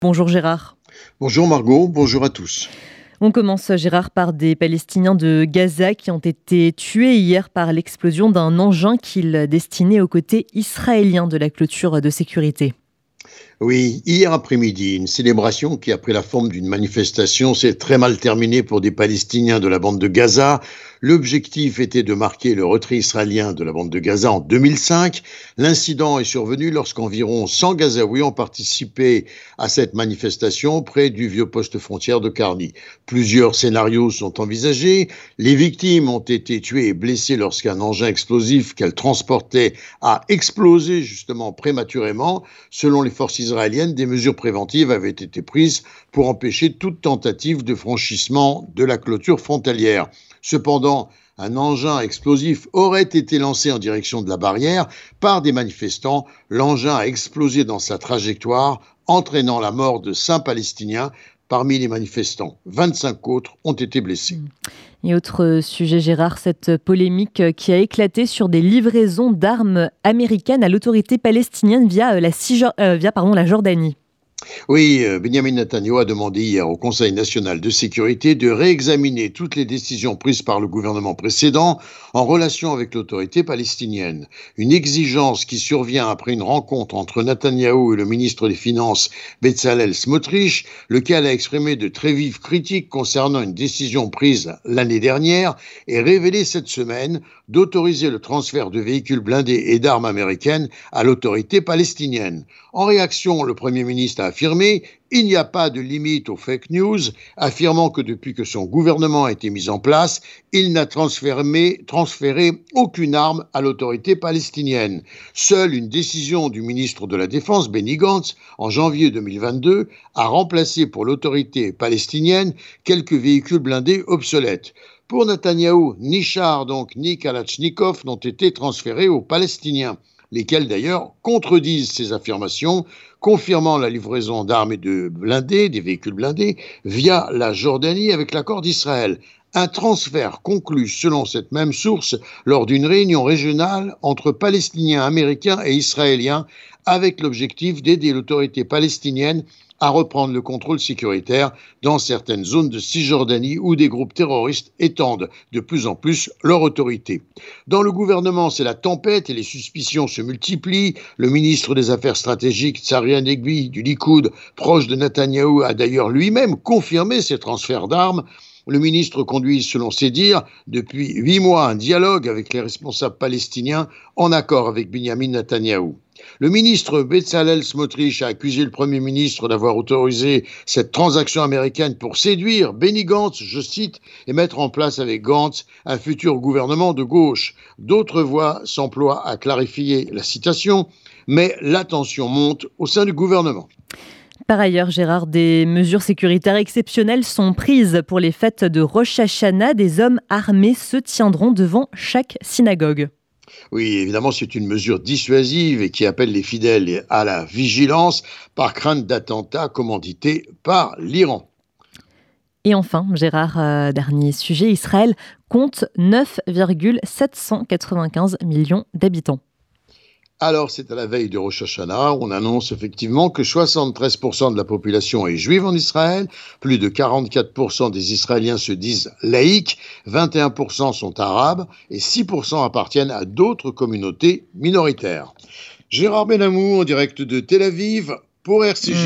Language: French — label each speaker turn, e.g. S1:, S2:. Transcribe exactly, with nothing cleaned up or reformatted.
S1: Bonjour Gérard.
S2: Bonjour Margot, bonjour à tous.
S1: On commence Gérard par des Palestiniens de Gaza qui ont été tués hier par l'explosion d'un engin qu'ils destinaient au côté israélien de la clôture de sécurité.
S2: Oui, hier après-midi, une célébration qui a pris la forme d'une manifestation s'est très mal terminée pour des Palestiniens de la bande de Gaza. L'objectif était de marquer le retrait israélien de la bande de Gaza en deux mille cinq. L'incident est survenu lorsqu'environ cent Gazaouis ont participé à cette manifestation près du vieux poste frontière de Karni. Plusieurs scénarios sont envisagés. Les victimes ont été tuées et blessées lorsqu'un engin explosif qu'elles transportaient a explosé justement prématurément. Selon les forces israéliennes, des mesures préventives avaient été prises pour empêcher toute tentative de franchissement de la clôture frontalière. Cependant, un engin explosif aurait été lancé en direction de la barrière par des manifestants. L'engin a explosé dans sa trajectoire, entraînant la mort de cinq Palestiniens parmi les manifestants. vingt-cinq autres ont été blessés.
S1: Et autre sujet, Gérard, cette polémique qui a éclaté sur des livraisons d'armes américaines à l'autorité palestinienne via la, Cisjor- euh, via, pardon, la Jordanie.
S2: Oui, Benjamin Netanyahu a demandé hier au Conseil national de sécurité de réexaminer toutes les décisions prises par le gouvernement précédent en relation avec l'autorité palestinienne. Une exigence qui survient après une rencontre entre Netanyahu et le ministre des Finances Bezalel Smotrich, lequel a exprimé de très vives critiques concernant une décision prise l'année dernière et révélé cette semaine d'autoriser le transfert de véhicules blindés et d'armes américaines à l'autorité palestinienne. En réaction, le Premier ministre a affirmé « Il n'y a pas de limite aux fake news », affirmant que depuis que son gouvernement a été mis en place, il n'a transféré, transféré aucune arme à l'autorité palestinienne. Seule une décision du ministre de la Défense, Benny Gantz, en janvier deux mille vingt-deux, a remplacé pour l'autorité palestinienne quelques véhicules blindés obsolètes. Pour Netanyahou, ni chars donc ni Kalachnikov n'ont été transférés aux Palestiniens, lesquels d'ailleurs contredisent ces affirmations, confirmant la livraison d'armes et de blindés, des véhicules blindés, via la Jordanie avec l'accord d'Israël. Un transfert conclu, selon cette même source, lors d'une réunion régionale entre Palestiniens, Américains et Israéliens, avec l'objectif d'aider l'autorité palestinienne à reprendre le contrôle sécuritaire dans certaines zones de Cisjordanie où des groupes terroristes étendent de plus en plus leur autorité. Dans le gouvernement, c'est la tempête et les suspicions se multiplient. Le ministre des Affaires stratégiques, Tsari Hanegbi, du Likoud, proche de Netanyahou, a d'ailleurs lui-même confirmé ces transferts d'armes. Le ministre conduit, selon ses dires, depuis huit mois un dialogue avec les responsables palestiniens en accord avec Benjamin Netanyahou. Le ministre Bezalel Smotrich a accusé le Premier ministre d'avoir autorisé cette transaction américaine pour séduire Benny Gantz, je cite, et mettre en place avec Gantz un futur gouvernement de gauche. D'autres voix s'emploient à clarifier la citation, mais la tension monte au sein du gouvernement.
S1: Par ailleurs, Gérard, des mesures sécuritaires exceptionnelles sont prises pour les fêtes de Rosh Hashanah. Des hommes armés se tiendront devant chaque synagogue.
S2: Oui, évidemment, c'est une mesure dissuasive et qui appelle les fidèles à la vigilance par crainte d'attentats commandités par l'Iran.
S1: Et enfin, Gérard, euh, dernier sujet, Israël compte neuf virgule sept cent quatre-vingt-quinze millions d'habitants.
S2: Alors, c'est à la veille de Rosh Hashanah, on annonce effectivement que soixante-treize pour cent de la population est juive en Israël, plus de quarante-quatre pour cent des Israéliens se disent laïcs, vingt et un pour cent sont arabes et six pour cent appartiennent à d'autres communautés minoritaires. Gérard Benamou en direct de Tel Aviv pour R C J.